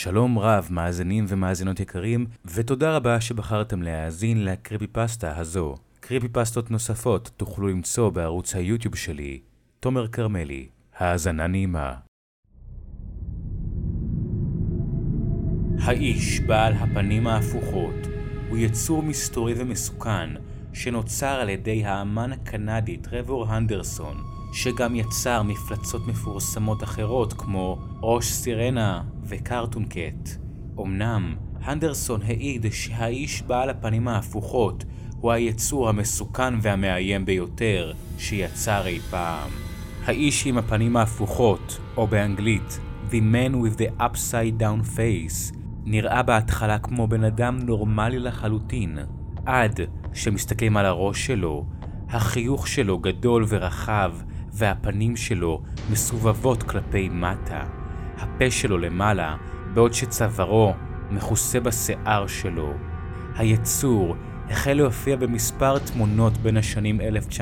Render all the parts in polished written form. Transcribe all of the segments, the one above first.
שלום רב מאזינים ומאזינות יקרים, ותודה רבה שבחרתם להאזין לקריפיפסטה הזו. קריפיפסטות נוספות תוכלו למצוא בערוץ היוטיוב שלי, תומר קרמלי. האזנה נעימה. האיש בעל הפנים ההפוכות הוא יצור מסתורי ומסוכן שנוצר על ידי האמן הקנדי טרוור הנדרסון, שגם יצר מפלצות מפורסמות אחרות כמו ראש סירנה וקרטון קט. אמנם הנדרסון העיד שהאיש בעל הפנים ההפוכות הוא היצור המסוכן והמאיים ביותר שיצר אי פעם. האיש עם הפנים ההפוכות, או באנגלית The Man with the Upside Down Face, נראה בהתחלה כמו בן אדם נורמלי לחלוטין, עד שמסתכלים על הראש שלו. החיוך שלו גדול ורחב, והפנים שלו מסובבות כלפי מטה. הפה שלו למעלה, בעוד שצווארו מכוסה בשיער שלו. היצור החל להופיע במספר תמונות בין השנים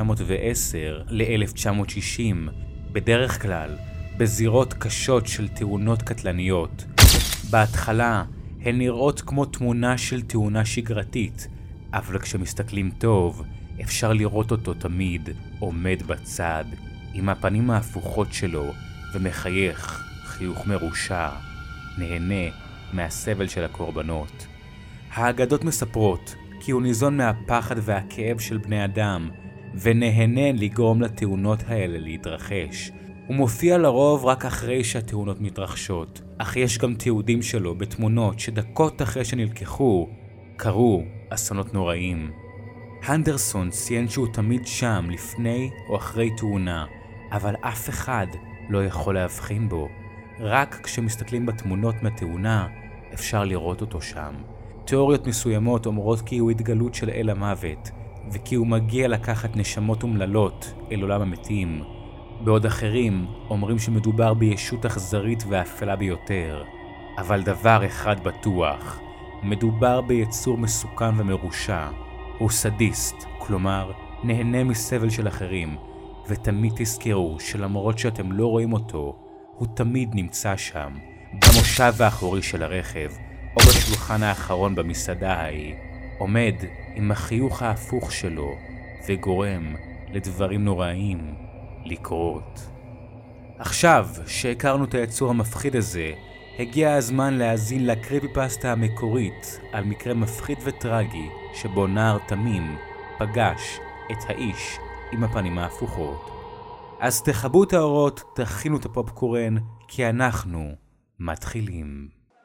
1910 ל-1960, בדרך כלל בזירות קשות של תאונות קטלניות. בהתחלה הן נראות כמו תמונה של תאונה שגרתית, אבל כשמסתכלים טוב אפשר לראות אותו תמיד עומד בצד עם הפנים ההפוכות שלו ומחייך חיוך מרושע, נהנה מהסבל של הקורבנות. האגדות מספרות כי הוא ניזון מהפחד והכאב של בני אדם ונהנה לגרום לתאונות האלה להתרחש. הוא מופיע לרוב רק אחרי שהתאונות מתרחשות, אך יש גם תיעודים שלו בתמונות שדקות אחרי שנלקחו קרו אסונות נוראים. הנדרסון ציין שהוא תמיד שם לפני או אחרי תאונה, אבל אף אחד לא יכול להבחין בו. רק כשמסתכלים בתמונות מהתאונה אפשר לראות אותו שם. תיאוריות מסוימות אומרות כי הוא התגלות של אל המוות, וכי הוא מגיע לקחת נשמות ומללות אל עולם המתים. בעוד אחרים אומרים שמדובר בישות אכזרית ואפלה ביותר. אבל דבר אחד בטוח, מדובר ביצור מסוכן ומרושע. הוא סדיסט, כלומר נהנה מסבל של אחרים, ותמיד תזכרו שלמרות שאתם לא רואים אותו, הוא תמיד נמצא שם, במושב האחורי של הרכב, או בשולחן האחרון במסעדה ההיא, עומד עם החיוך ההפוך שלו, וגורם לדברים נוראים לקרות. עכשיו שהכרנו את היצור המפחיד הזה, הגיע הזמן להאזין לקריפיפסטה המקורית על מקרה מפחיד וטרגי שבו נער תמים פגש את האיש עם הפנים ההפוכות. אז תכבו את האורות, תכינו את הפופקורן, כי אנחנו מתחילים.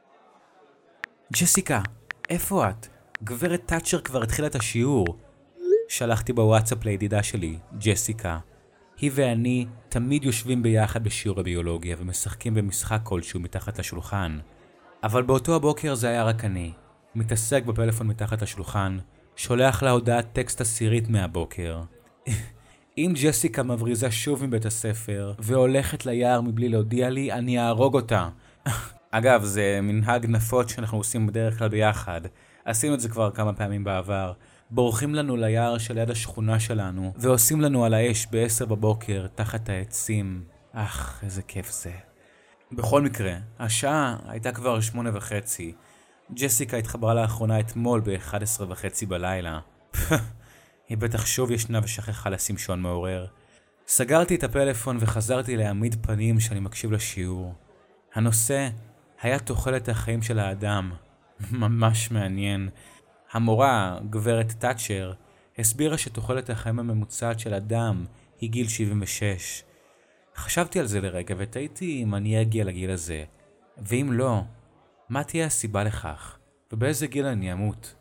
ג'סיקה, איפה את? גברת טאצ'ר כבר התחילה את השיעור. שלחתי בוואטסאפ לידידה שלי, ג'סיקה. היא ואני תמיד יושבים ביחד בשיעור הביולוגיה ומשחקים במשחק כלשהו מתחת לשולחן. אבל באותו הבוקר זה היה רק אני. מתעסק בפלאפון מתחת לשולחן, שולח לה הודעת טקסט עשירית מהבוקר. אם ג'סיקה מבריזה שוב מבית הספר והולכת ליער מבלי להודיע לי, אני אהרוג אותה. אגב, זה מנהג נפוץ שאנחנו עושים בדרך כלל ביחד. עשינו את זה כבר כמה פעמים בעבר. בורחים לנו ליער שליד השכונה שלנו ועושים לנו על האש ב-10 בבוקר תחת העצים. איזה כיף זה. בכל מקרה, השעה הייתה כבר 8:30. ג'סיקה התחברה לאחרונה אתמול ב-11:30 בלילה. היא בטח שוב ישנה ושכחה לשים שעון מעורר. סגרתי את הפלאפון וחזרתי להעמיד פנים שאני מקשיב לשיעור. הנושא היה תוחלת החיים של האדם. ממש מעניין. המורה, גברת טאצ'ר, הסבירה שתוחלת החיים הממוצעת של אדם היא גיל 76. חשבתי על זה לרגע ותהיתי אם אני אגיע לגיל הזה. ואם לא, מה תהיה הסיבה לכך? ובאיזה גיל אני אמות?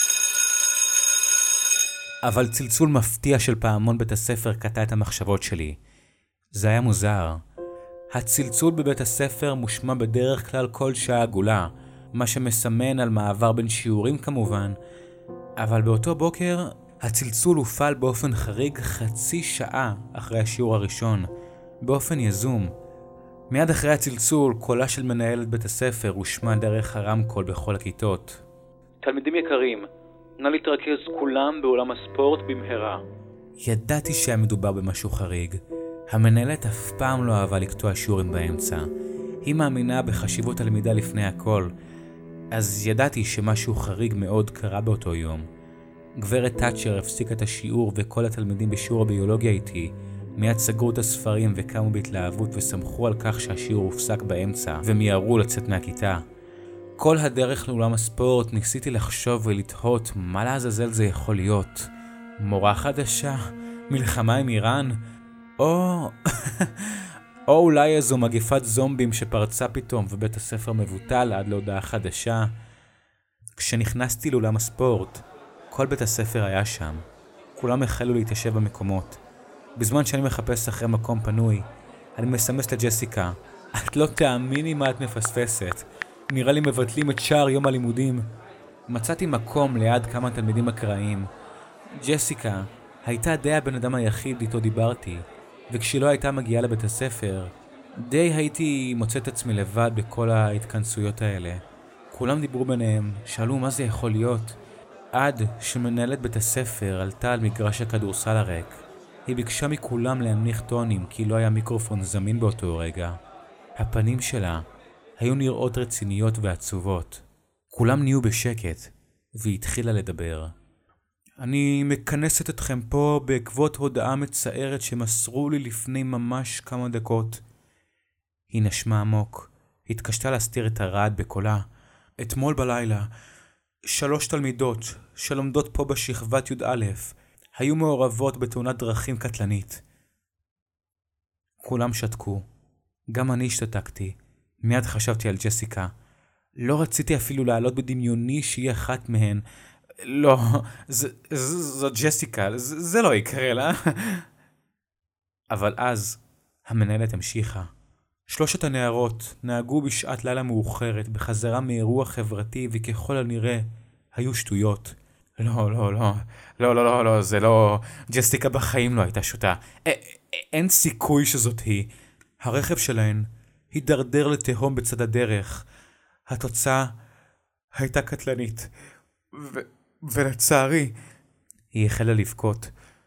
אבל צלצול מפתיע של פעמון בית הספר קטע את המחשבות שלי. זה היה מוזר. הצלצול בבית הספר מושמע בדרך כלל כל שעה עגולה, מה שמסמן על מעבר בין שיעורים כמובן, אבל באותו בוקר הצלצול הופעל באופן חריג חצי שעה אחרי השיעור הראשון, באופן יזום. מיד אחרי הצלצול קולה של מנהלת בית הספר הושמע דרך הרמקול בכל הכיתות. תלמידים יקרים, נא להתרכז כולם בעולם הספורט במהרה. ידעתי שהיה מדובר במשהו חריג. המנהלת אף פעם לא אהבה לקטוע שיעורים באמצע. היא מאמינה בחשיבות הלמידה לפני הכל, אז ידעתי שמשהו חריג מאוד קרה באותו יום. גברת טאצ'ר הפסיקה את השיעור וכל התלמידים בשיעור הביולוגיה איתי, מיד סגרו את הספרים וקמו בהתלהבות וסמכו על כך שהשיעור הופסק באמצע ומיהרו לצאת מהכיתה. כל הדרך לאולם הספורט ניסיתי לחשוב ולתהות מה לעזאזל זה יכול להיות. מורה חדשה? מלחמה עם איראן? או אולי איזו מגפת זומבים שפרצה פתאום ובית הספר מבוטל עד להודעה חדשה. כשנכנסתי לאולם הספורט, כל בית הספר היה שם. כולם החלו להתיישב במקומות. בזמן שאני מחפש אחרי מקום פנוי, אני מסמס לג'סיקה, את לא תאמיני מה את מפספסת. נראה לי מבטלים את שער יום הלימודים. מצאתי מקום ליד כמה תלמידים אקראיים. ג'סיקה הייתה די הבן אדם היחיד איתו דיברתי, וכשהיא לא הייתה מגיעה לבית הספר, די הייתי מוצא את עצמי לבד בכל ההתכנסויות האלה. כולם דיברו ביניהם, שאלו מה זה יכול להיות, עד שמנהלת בית הספר עלתה על מגרש הכדורסל הריק. היא ביקשה מכולם להנמיך טונים כי לא היה מיקרופון זמין באותו רגע. הפנים שלה היו נראות רציניות ועצובות. כולם נהיו בשקט, והיא התחילה לדבר. אני מכנסת אתכם פה בעקבות הודעה מצערת שמסרו לי לפני ממש כמה דקות. היא נשמה עמוק, התקשתה להסתיר את הרעד בקולה. אתמול בלילה, 3 תלמידות שלומדות פה בשכבת י"א היו מעורבות בתאונת דרכים קטלנית. כולם שתקו, גם אני השתתקתי. מיד חשבתי על ג'סיקה. לא רציתי אפילו לעלות בדמיוני שהיא אחת מהן. לא, זו ג'סיקה, זה לא יקרה לה. אבל אז המנהלת המשיכה. 3 הנערות נהגו בשעת לילה מאוחרת בחזרה מאירוע חברתי וככל הנראה היו שטויות. לא, זה לא, ג'סיקה בחיים לא הייתה שוטה. אין סיכוי שזאת היא. הרכב שלהן הידרדר לתהום בצד הדרך. התוצאה הייתה קטלנית. ולצערי, היא החלה לבכות.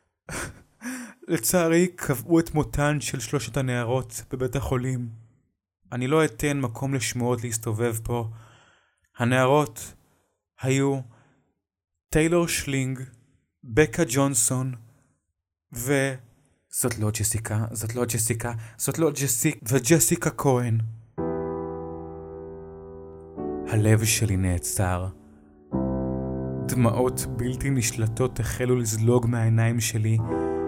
לצערי קבעו את מותן של 3 הנערות בבית החולים. אני לא אתן מקום לשמועות להסתובב פה. הנערות היו טיילור שלינג, בקה ג'ונסון זאת לא ג'סיקה, וג'סיקה כהן. הלב שלי נעצר. דמעות בלתי נשלטות החלו לזלוג מהעיניים שלי.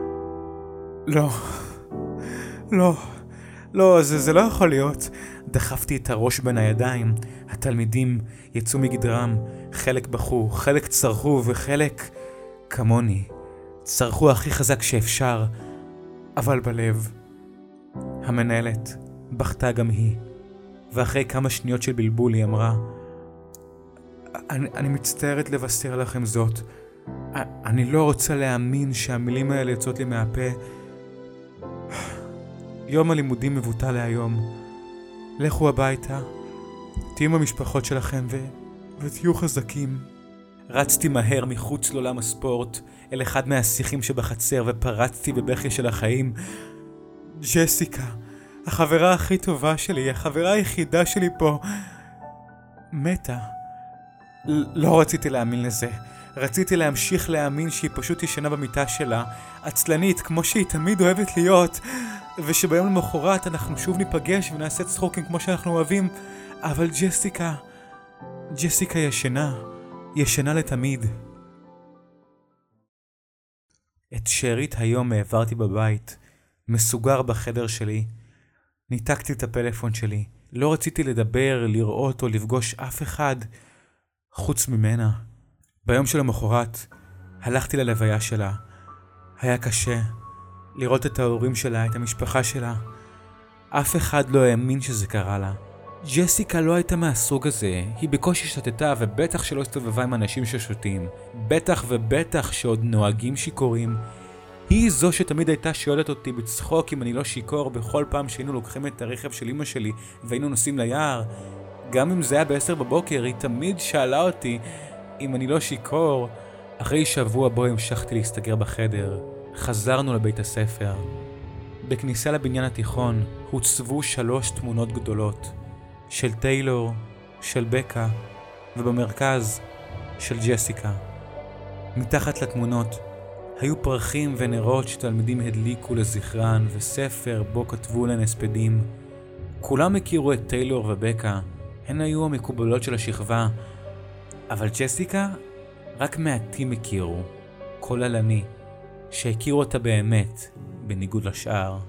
לא, זה לא יכול להיות. דחפתי את הראש בין הידיים. התלמידים יצאו מגדרם. חלק בכו, חלק צרחו וחלק כמוני. צרחו הכי חזק שאפשר. אבל בלב. המנהלת בכתה גם היא. ואחרי כמה שניות של בלבול היא אמרה, אני מצטערת לבשר לכם זאת. אני לא רוצה להאמין שהמילים האלה יוצאות לי מהפה. יום הלימודים מבוטל להיום. לכו הביתה, תהיו עם המשפחות שלכם ותהיו חזקים. רצתי מהר מחוץ לעולם הספורט אל אחד מהשיחים שבחצר ופרצתי בבכי של החיים. ג'סיקה, החברה הכי טובה שלי, החברה היחידה שלי פה, מתה. לא רציתי להאמין לזה. רציתי להמשיך להאמין שהיא פשוט ישנה במיטה שלה, עצלנית כמו שהיא תמיד אוהבת להיות, ושביום למחרת אנחנו שוב ניפגש ונעשה צחוקים כמו שאנחנו אוהבים. אבל ג'סיקה ישנה לתמיד. את שארית היום העברתי בבית, מסוגר בחדר שלי. ניתקתי את הפלאפון שלי. לא רציתי לדבר, לראות או לפגוש אף אחד חוץ ממנה. ביום של המחרת הלכתי ללוויה שלה. היה קשה לראות את ההורים שלה, את המשפחה שלה. אף אחד לא האמין שזה קרה לה. ג'סיקה לא הייתה מהסוג הזה. היא בקושי שתתה ובטח שלא הסתובבה עם אנשים ששותים. בטח ובטח שעוד נוהגים שיכורים. היא זו שתמיד הייתה שואלת אותי בצחוק אם אני לא שיקור בכל פעם שהיינו לוקחים את הרכב של אמא שלי והיינו נוסעים ליער. גם אם זה היה ב10 בבוקר, היא תמיד שאלה אותי אם אני לא שיקור. אחרי שבוע בו המשכתי להסתגר בחדר, חזרנו לבית הספר. בכניסה לבניין התיכון הוצבו 3 תמונות גדולות, של טיילור, של בקה, ובמרכז של ג'סיקה. מתחת לתמונות היו פרחים ונרות שתלמידים הדליקו לזכרן, וספר בו כתבו להן הספדים. כולם הכירו את טיילור ובקה, הן היו המקובלות של השכבה, אבל ג'סיקה רק מעטים הכירו, כולל אני, שהכירו אותה באמת, בניגוד לשאר.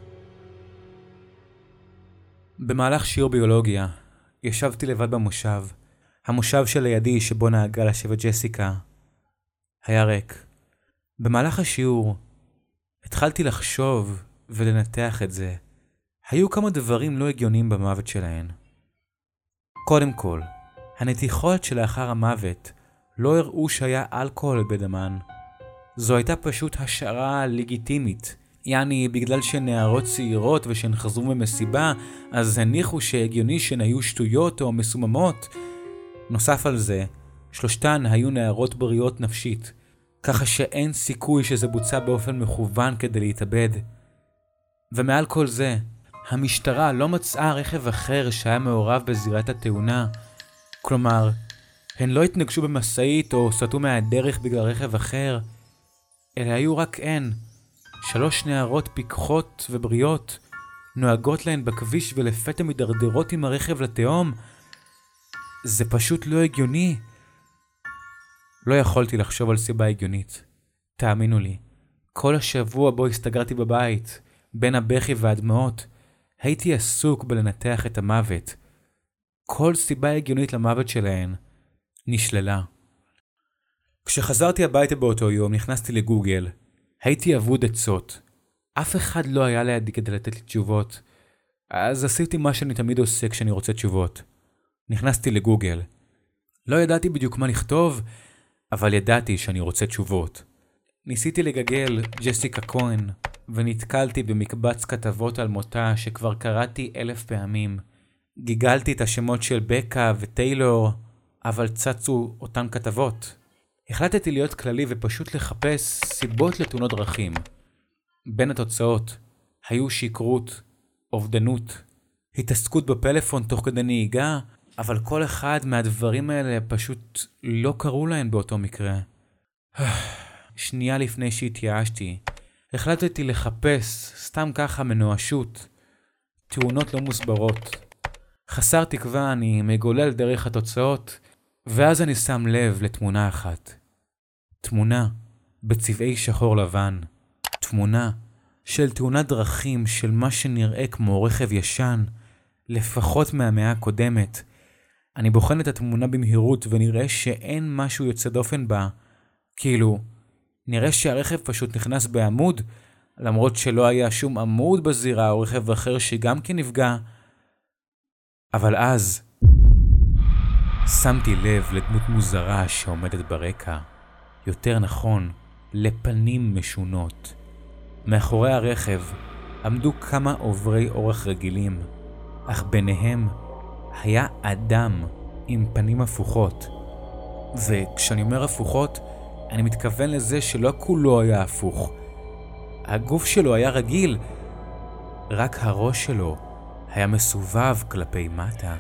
במהלך שיעור ביולוגיה, ישבתי לבד במושב. המושב שלידי שבו נהגה לשבת ג'סיקה היה ריק. במהלך השיעור התחלתי לחשוב ולנתח את זה. היו כמה דברים לא הגיוניים במוות שלהן. קודם כל, הנתיחות שלאחר המוות לא הראו שהיה אלכוהול בדמן. זו הייתה פשוט השערה לגיטימית. יעני, בגלל שנערות צעירות ושהן חזרו במסיבה, אז הניחו שהגיוני שהן היו שטויות או מסוממות. נוסף על זה, 3 היו נערות בריאות נפשית, ככה שאין סיכוי שזה בוצע באופן מכוון כדי להתאבד. ומעל כל זה, המשטרה לא מצאה רכב אחר שהיה מעורב בזירת התאונה. כלומר, הן לא התנגשו במשאית או סטו מהדרך בגלל רכב אחר, אלא היו רק 3 נערות פיקחות ובריאות, נוהגות להן בכביש ולפתע מדרדרות עם הרכב לתהום. זה פשוט לא הגיוני. לא יכולתי לחשוב על סיבה הגיונית. תאמינו לי, כל השבוע בו הסתגרתי בבית, בין הבכי והדמעות, הייתי עסוק בלנתח את המוות. כל סיבה הגיונית למוות שלהן נשללה. כשחזרתי הביתה באותו יום, נכנסתי לגוגל. הייתי אבוד עצות. אף אחד לא היה לידי כדי לתת לי תשובות. אז עשיתי מה שאני תמיד עושה כשאני רוצה תשובות. נכנסתי לגוגל. לא ידעתי בדיוק מה לכתוב, אבל ידעתי שאני רוצה תשובות. ניסיתי לגגל ג'סיקה כהן, ונתקלתי במקבץ כתבות על מותה שכבר קראתי 1000 פעמים. גיגלתי את השמות של בקה וטיילור, אבל צצו אותן כתבות. החלטתי להיות כללי ופשוט לחפש סיבות לתאונות דרכים. בין התוצאות היו שכרות, אובדנות, התעסקות בפלאפון תוך כדי נהיגה, אבל כל אחד מהדברים האלה פשוט לא קרו להן באותו מקרה. שנייה לפני שהתייאשתי, החלטתי לחפש סתם ככה מנואשות, תאונות לא מוסברות. חסר תקווה אני מגולל דרך התוצאות, ואז אני שם לב לתמונה אחת. תמונה בצבעי שחור לבן. תמונה של תאונת דרכים של מה שנראה כמו רכב ישן, לפחות מהמאה הקודמת. אני בוחן את התמונה במהירות ונראה שאין משהו יוצא דופן בה. כאילו, נראה שהרכב פשוט נכנס בעמוד, למרות שלא היה שום עמוד בזירה או רכב אחר שגם כן נפגע. אבל אז שמתי לב לדמות מוזרה שעומדת ברקע. יותר נכון, לפנים משונות. מאחורי הרכב עמדו כמה עוברי אורח רגילים, אך ביניהם היה אדם עם פנים הפוכות. וכשאני אומר הפוכות, אני מתכוון לזה שלא כולו היה הפוך. הגוף שלו היה רגיל, רק הראש שלו היה מסובב כלפי מטה.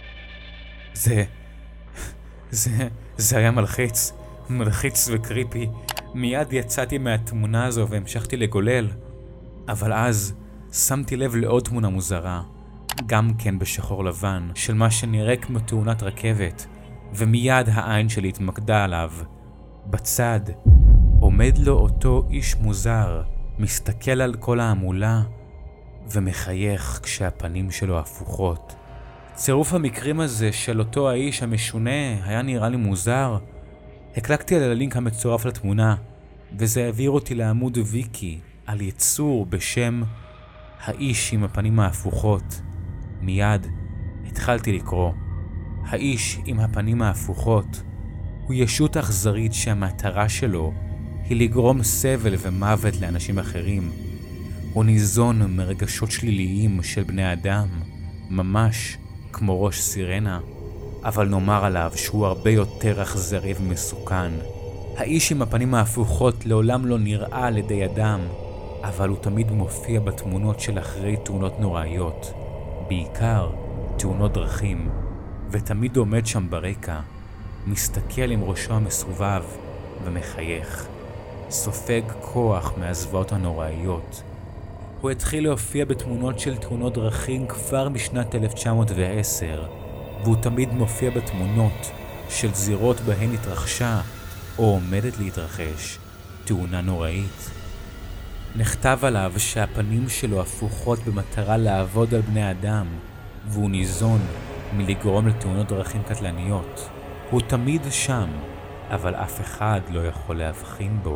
זה היה מלחיץ וקריפי. מיד יצאתי מהתמונה הזו והמשכתי לגולל. אבל אז שמתי לב לעוד תמונה מוזרה, גם כן בשחור לבן, של מה שנראה כמו תאונת רכבת, ומיד העין שלי התמקדה עליו. בצד עומד לו אותו איש מוזר, מסתכל על כל העמולה ומחייך כשהפנים שלו הפוכות. צירוף המקרים הזה של אותו האיש המשונה היה נראה לי מוזר. הקלקתי על הלינק המצורף לתמונה, וזה העביר אותי לעמוד ויקי על יצור בשם האיש עם הפנים ההפוכות. מיד התחלתי לקרוא. האיש עם הפנים ההפוכות הוא ישות אכזרית שהמטרה שלו היא לגרום סבל ומוות לאנשים אחרים. הוא ניזון מרגשות שליליים של בני אדם, ממש כמו ראש סירנה, אבל נאמר עליו שהוא הרבה יותר אכזרי ומסוכן. האיש עם הפנים ההפוכות לעולם לא נראה על ידי אדם. אבל הוא תמיד מופיע בתמונות של אחרי תאונות נוראיות, בעיקר תאונות דרכים, ותמיד עומד שם ברקע, מסתכל עם ראשו המסובב ומחייך, סופג כוח מהזוועות הנוראיות. הוא התחיל להופיע בתמונות של תאונות דרכים כבר משנת 1910, והוא תמיד מופיע בתמונות של זירות בהן התרחשה או עומדת להתרחש תאונה נוראית. נכתב עליו שהפנים שלו הפוכות במטרה לעבוד על בני אדם, והוא ניזון מלגרום לתאונות דרכים קטלניות. הוא תמיד שם, אבל אף אחד לא יכול להבחין בו.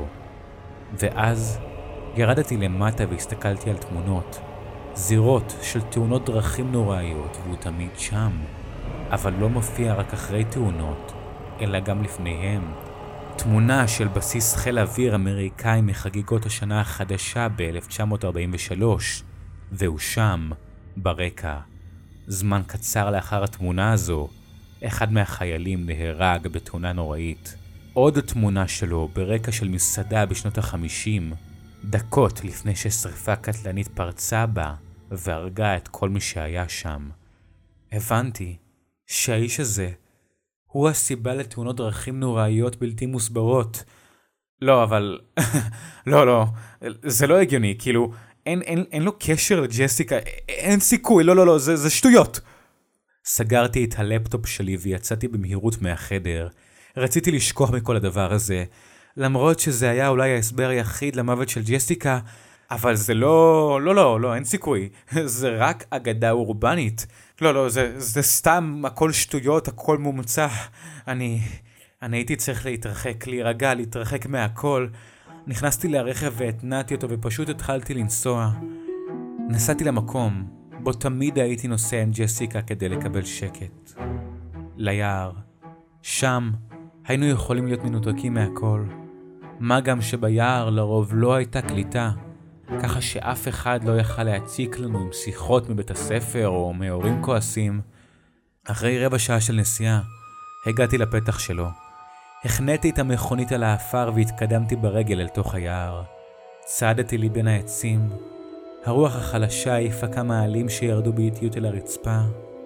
ואז ירדתי למטה והסתכלתי על תמונות, זירות של תאונות דרכים נוראיות, והוא תמיד שם, אבל לא מופיע רק אחרי תאונות, אלא גם לפניהם. תמונה של בסיס חיל אוויר אמריקאי מחגיגות השנה החדשה ב-1943, והוא שם, ברקע. זמן קצר לאחר התמונה הזו, אחד מהחיילים נהרג בתאונה נוראית. עוד תמונה שלו ברקע של מסעדה בשנות ה-50, דקות לפני ששריפה קטלנית פרצה בה והרגה את כל מי שהיה שם. הבנתי שהאיש הזה הוא הסיבה לתאונות דרכים נוראיות בלתי מוסברות. לא, אבל... לא, זה לא הגיוני, כאילו, אין לו קשר לג'סיקה, אין סיכוי, לא, זה שטויות. סגרתי את הלפטופ שלי ויצאתי במהירות מהחדר. רציתי לשכוח מכל הדבר הזה, למרות שזה היה אולי ההסבר היחיד למוות של ג'סיקה, אבל זה לא, אין סיכוי. זה רק אגדה אורבנית. לא, זה סתם הכל שטויות, הכל מומצא. אני הייתי צריך להירגע, להתרחק מהכל. נכנסתי לרכב והתנעתי אותו ופשוט התחלתי לנסוע. נסעתי למקום בו תמיד הייתי נוסע עם ג'סיקה כדי לקבל שקט. ליער. שם היינו יכולים להיות מנותקים מהכל. מה גם שביער לרוב לא הייתה קליטה, ככה שאף אחד לא יכל להציק לנו עם שיחות מבית הספר או מהורים כועסים. אחרי רבע שעה של נסיעה, הגעתי לפתח שלו. הכנתי את המכונית על האפר והתקדמתי ברגל אל תוך היער. צעדתי לי בין העצים. הרוח החלשה העיפה כמה עלים שירדו באיטיות אל הרצפה.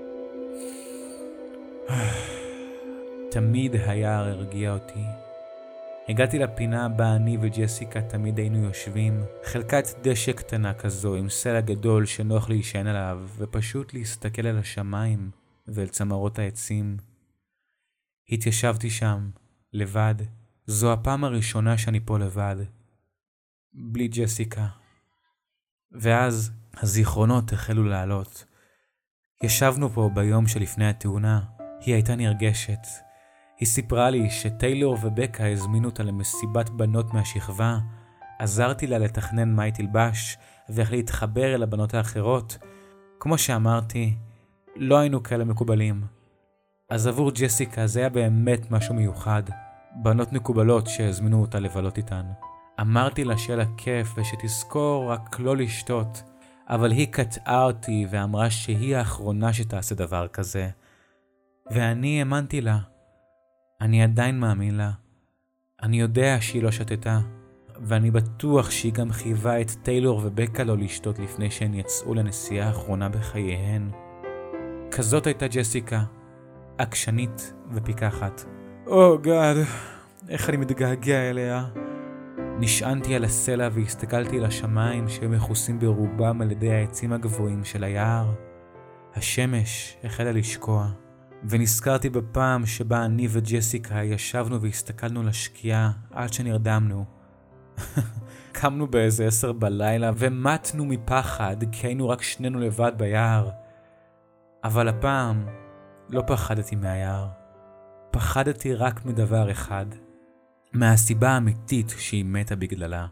תמיד היער הרגיע אותי. הגעתי לפינה בה אני וג'סיקה תמיד היינו יושבים, חלקת דשא קטנה כזו עם סלע גדול שנוח להישען עליו, ופשוט להסתכל על השמיים ואל צמרות העצים. התיישבתי שם, לבד. זו הפעם הראשונה שאני פה לבד. בלי ג'סיקה. ואז הזיכרונות החלו לעלות. ישבנו פה ביום שלפני התאונה. היא הייתה נרגשת. היא סיפרה לי שטיילור ובקה הזמינו אותה למסיבת בנות מהשכבה. עזרתי לה לתכנן מה היא תלבש ואיך להתחבר אל הבנות האחרות. כמו שאמרתי, לא היינו כאלה מקובלים. אז עבור ג'סיקה זה היה באמת משהו מיוחד. בנות מקובלות שהזמינו אותה לבלות איתן. אמרתי לה שיהיה לה כיף ושתזכור רק לא לשתות. אבל היא קטעה אותי ואמרה שהיא האחרונה שתעשה דבר כזה. ואני האמנתי לה. אני עדיין מאמין לה. אני יודע שהיא לא שתתה. ואני בטוח שהיא גם חייבה את טיילור ובקה לא לשתות לפני שהן יצאו לנסיעה האחרונה בחייהן. כזאת הייתה ג'סיקה. עקשנית ופיקחת. גאד, איך אני מתגעגע אליה. נשענתי על הסלע והסתכלתי על השמיים שהם מכוסים ברובם על ידי העצים הגבוהים של היער. השמש החלה לשקוע, ונזכרתי בפעם שבה אני וג'סיקה ישבנו והסתכלנו לשקיעה עד שנרדמנו. קמנו באיזה 10 בלילה ומתנו מפחד כי היינו רק שנינו לבד ביער. אבל הפעם לא פחדתי מהיער. פחדתי רק מדבר אחד. מהסיבה האמיתית שהיא מתה בגללה.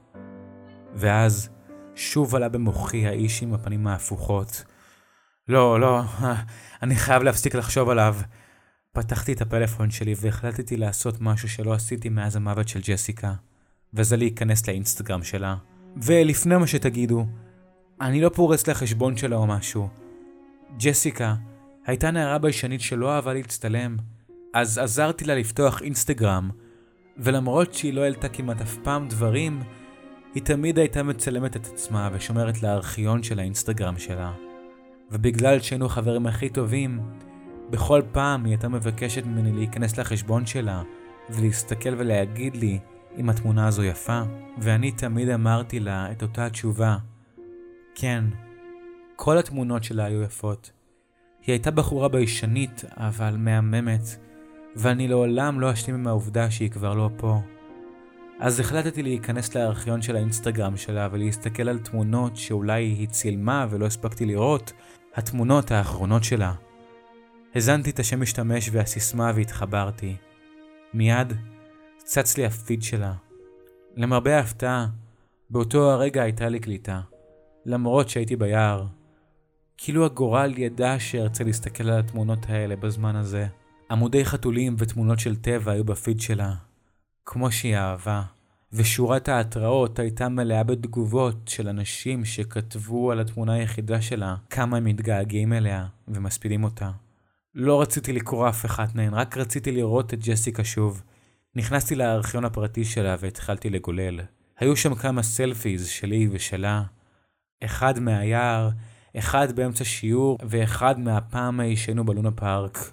ואז שוב עלה במוחי האיש עם הפנים ההפוכות. לא, אני חייב להפסיק לחשוב עליו. פתחתי את הפלאפון שלי והחלטתי לעשות משהו שלא עשיתי מאז המוות של ג'סיקה, וזה להיכנס לאינסטגרם שלה. ולפני מה שתגידו, אני לא פורץ לחשבון שלה או משהו. ג'סיקה הייתה נערה ביישנית שלא אהבה להצטלם, אז עזרתי לה לפתוח אינסטגרם, ולמרות שהיא לא העלתה כמעט אף פעם דברים, היא תמיד הייתה מצלמת את עצמה ושומרת לארכיון של האינסטגרם שלה. ובגלל שהיינו חברים הכי טובים, בכל פעם היא הייתה מבקשת ממני להיכנס לחשבון שלה ולהסתכל ולהגיד לי אם התמונה הזו יפה. ואני תמיד אמרתי לה את אותה התשובה. כן, כל התמונות שלה היו יפות. היא הייתה בחורה ביישנית, אבל מהממת, ואני לעולם לא אשלים עם העובדה שהיא כבר לא פה. אז החלטתי להיכנס לארכיון של האינסטגרם שלה ולהסתכל על תמונות שאולי היא צילמה ולא הספקתי לראות, התמונות האחרונות שלה. הזנתי את השם משתמש והסיסמה והתחברתי. מיד צץ לי הפיד שלה. למרבה ההפתעה, באותו הרגע הייתה לי קליטה, למרות שהייתי ביער. כאילו הגורל ידע שארצה להסתכל על התמונות האלה בזמן הזה. עמודי חתולים ותמונות של טבע היו בפיד שלה, כמו שהיא אהבה. ושורת ההתראות הייתה מלאה בתגובות של אנשים שכתבו על התמונה היחידה שלה כמה הם מתגעגעים אליה ומספידים אותה. לא רציתי לקרוא אף אחת מהן, רק רציתי לראות את ג'סיקה שוב. נכנסתי לארכיון הפרטי שלה והתחלתי לגולל. היו שם כמה סלפיז שלי ושלה. אחד מהיער, אחד באמצע שיעור, ואחד מהפעם ההיא שהיינו בלונה פארק.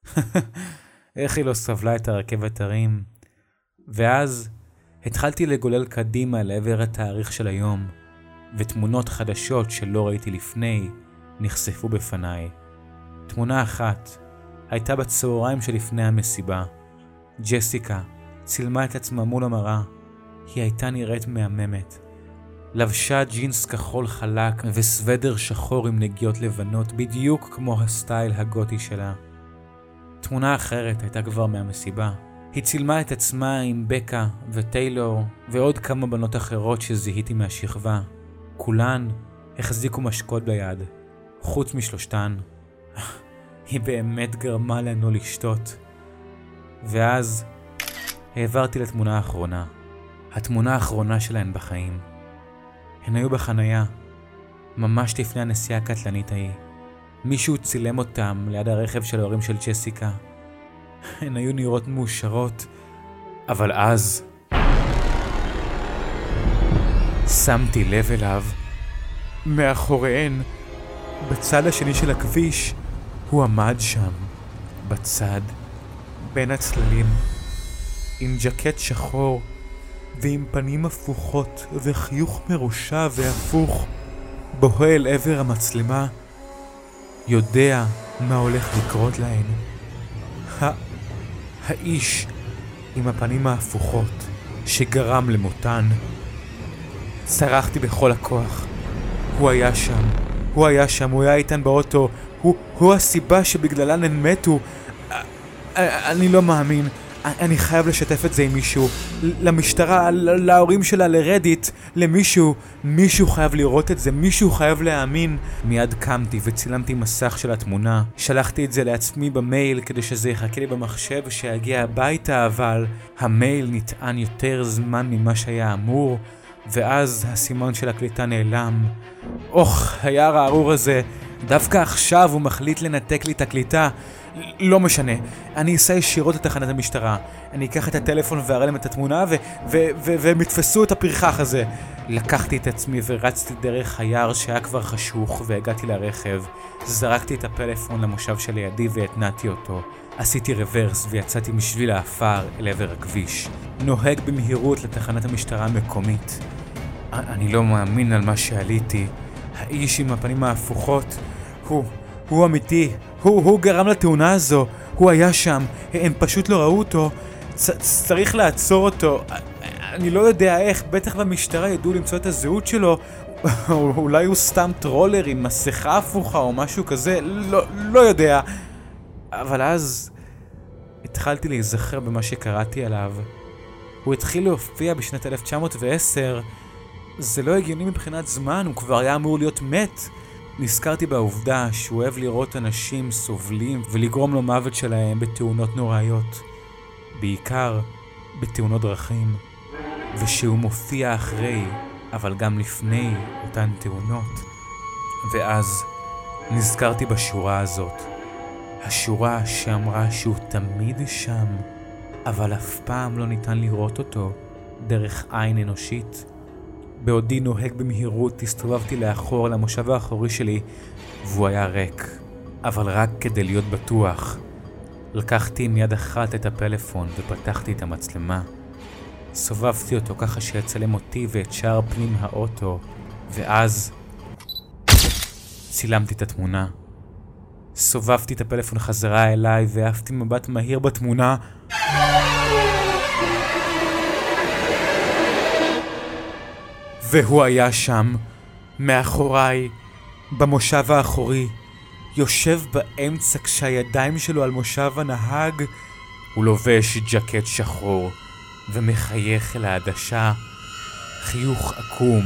איך היא לא סבלה את הרכבת הרים. ואז התחלתי לגולל קדימה לעבר התאריך של היום, ותמונות חדשות שלא ראיתי לפני נחשפו בפניי. תמונה אחת הייתה בצהריים שלפני המסיבה. ג'סיקה צילמה את עצמה מול המראה. היא הייתה נראית מהממת. לבשה ג'ינס כחול חלק וסוודר שחור עם נגיעות לבנות, בדיוק כמו הסטייל הגותי שלה. תמונה אחרת הייתה כבר מהמסיבה. היא צילמה את עצמה עם בקה וטיילור ועוד כמה בנות אחרות שזיהיתי מהשכבה. כולן החזיקו משקות ביד, חוץ משלושתן. היא באמת גרמה לנו לשתות. ואז העברתי לתמונה האחרונה. התמונה האחרונה שלהן בחיים. הן היו בחנייה, ממש לפני הנסיעה הקטלנית ההיא. מישהו צילם אותם ליד הרכב של ההורים של ג'סיקה. הן היו נראות מאושרות, אבל אז שמתי לב אליו. מאחוריהן, בצד השני של הכביש, הוא עמד שם, בצד, בין הצללים, עם ג'קט שחור ועם פנים הפוכות וחיוך מרושע והפוך, בוהה אל עבר המצלמה, יודע מה הולך לקרות להן. האיש עם הפנים ההפוכות שגרם למותן. צרחתי בכל הכוח. הוא היה שם, הוא היה איתן באוטו, הוא הסיבה שבגללן הן מתו. אני לא מאמין. אני חייב לשתף את זה עם מישהו, למשטרה, להורים שלה, לרדיט, למישהו. מישהו חייב לראות את זה, מישהו חייב להאמין. מיד קמתי וצילמתי מסך של התמונה. שלחתי את זה לעצמי במייל כדי שזה יחכה לי במחשב שיגיע הביתה, אבל המייל נטען יותר זמן ממה שהיה אמור, ואז הסימן של הקליטה נעלם. היער הארור הזה, דווקא עכשיו הוא מחליט לנתק לי את הקליטה. לא משנה, אני אסע ישירות לתחנת המשטרה. אני אקח את הטלפון ואראה להם את התמונה והם יתפסו את הפרחח הזה. לקחתי את עצמי ורצתי דרך היער שהיה כבר חשוך והגעתי לרכב. זרקתי את הפלאפון למושב שלידי והתנעתי אותו. עשיתי רוורס ויצאתי משביל האפר אל עבר הכביש. נוהג במהירות לתחנת המשטרה המקומית. אני לא מאמין על מה שעליתי. האיש עם הפנים ההפוכות, הוא אמיתי. הוא גרם לתאונה הזו. הוא היה שם. הם פשוט לא ראו אותו. צריך לעצור אותו. אני לא יודע איך. בטח במשטרה ידעו למצוא את הזהות שלו. אולי הוא סתם טרולר עם מסכה הפוכה או משהו כזה. לא יודע. אבל אז התחלתי להיזכר במה שקראתי עליו. הוא התחיל להופיע בשנת 1910. זה לא הגיוני מבחינת זמן. הוא כבר היה אמור להיות מת. נזכרתי בעובדה שהוא אוהב לראות אנשים סובלים ולגרום לו מוות שלהם בתאונות נוראיות, בעיקר בתאונות דרכים, ושהוא מופיע אחרי, אבל גם לפני אותן תאונות. ואז נזכרתי בשורה הזאת, השורה שאמרה שהוא תמיד שם, אבל אף פעם לא ניתן לראות אותו דרך עין אנושית. בעודי נוהג במהירות הסתובבתי לאחור למושב האחורי שלי, והוא היה ריק, אבל רק כדי להיות בטוח. לקחתי מיד אחת את הפלאפון ופתחתי את המצלמה. סובבתי אותו ככה שיצלם אותי ואת שער פנים האוטו, ואז צילמתי את התמונה. סובבתי את הפלאפון חזרה אליי והעפתי מבט מהיר בתמונה. והוא היה שם, מאחוריי, במושב האחורי, יושב באמצע כשהידיים שלו על מושב הנהג. הוא לובש ג'קט שחור ומחייך אל העדשה, חיוך עקום,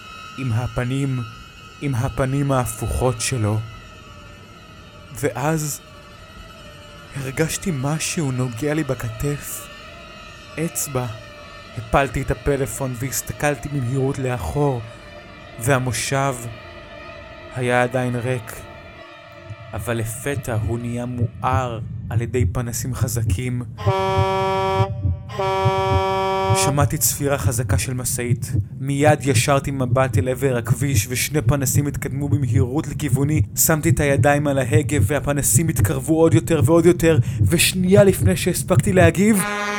עם הפנים ההפוכות שלו. ואז הרגשתי משהו נוגע לי בכתף, אצבע. הפלתי את הפלאפון והסתכלתי במהירות לאחור, והמושב היה עדיין ריק. אבל לפתע הוא נהיה מואר על ידי פנסים חזקים. שמעתי צפירה חזקה של משאית. מיד ישרתי מבט אל עבר הכביש ושני פנסים התקדמו במהירות לכיווני. שמתי את הידיים על ההגה והפנסים התקרבו עוד יותר ועוד יותר, ושנייה לפני שהספקתי להגיב,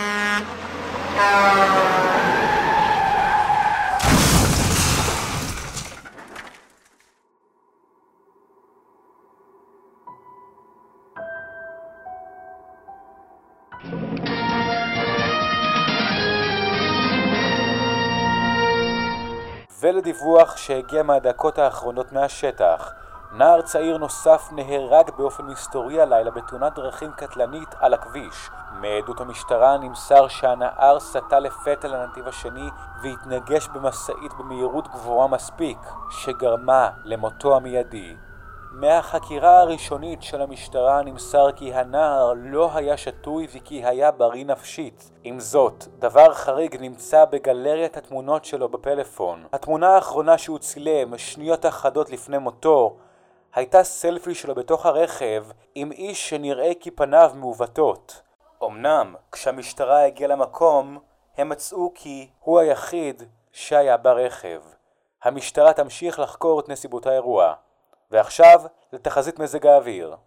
ולדיווח שהגיע מהדקות האחרונות מהשטח, נער צעיר נוסף נהרג באופן מסתורי הלילה בתאונת דרכים קטלנית על הכביש. מעדות המשטרה נמסר שהנער סטה לפתע לנתיב השני והתנגש במשאית במהירות גבוהה מספיק, שגרמה למותו המיידי. מהחקירה הראשונית של המשטרה נמסר כי הנער לא היה שטוי וכי היה בריא נפשית. עם זאת, דבר חריג נמצא בגלריית התמונות שלו בפלאפון. התמונה האחרונה שהוא צילם שניות אחדות לפני מותו הייתה סלפי שלו בתוך הרכב עם איש שנראה כי פניו מעוותות. אמנם, כשהמשטרה הגיעה למקום, הם מצאו כי הוא היחיד שהיה ברכב. המשטרה תמשיך לחקור את נסיבות האירוע. ועכשיו לתחזית מזג האוויר.